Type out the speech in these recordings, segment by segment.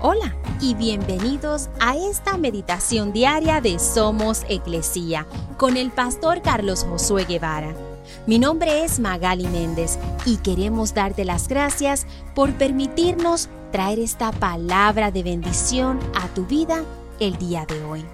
Hola y bienvenidos a esta meditación diaria de Somos Eclesia con el pastor Carlos Josué Guevara. Mi nombre es Magali Méndez y queremos darte las gracias por permitirnos traer esta palabra de bendición a tu vida el día de hoy.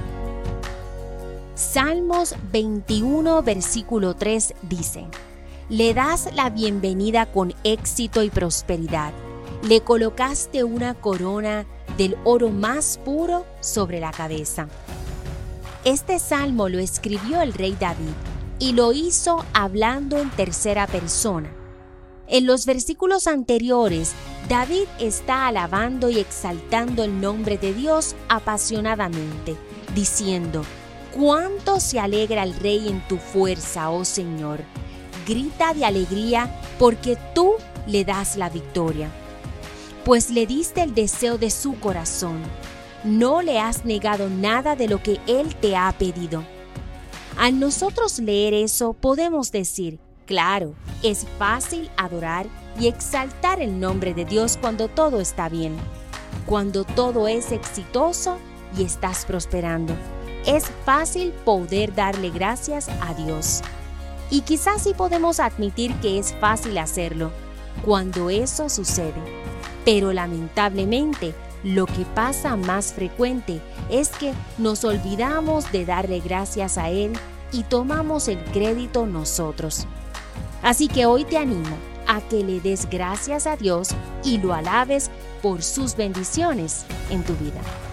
Salmos 21, versículo 3 dice: Le das la bienvenida con éxito y prosperidad. Le colocaste una corona del oro más puro sobre la cabeza. Este salmo lo escribió el rey David y lo hizo hablando en tercera persona. En los versículos anteriores, David está alabando y exaltando el nombre de Dios apasionadamente, diciendo: «¿Cuánto se alegra el rey en tu fuerza, oh Señor? Grita de alegría porque tú le das la victoria. Pues le diste el deseo de su corazón. No le has negado nada de lo que él te ha pedido». Al nosotros leer eso, podemos decir: claro, es fácil adorar y exaltar el nombre de Dios cuando todo está bien, cuando todo es exitoso y estás prosperando. Es fácil poder darle gracias a Dios. Y quizás sí podemos admitir que es fácil hacerlo cuando eso sucede. Pero lamentablemente, lo que pasa más frecuente es que nos olvidamos de darle gracias a Él y tomamos el crédito nosotros. Así que hoy te animo a que le des gracias a Dios y lo alabes por sus bendiciones en tu vida.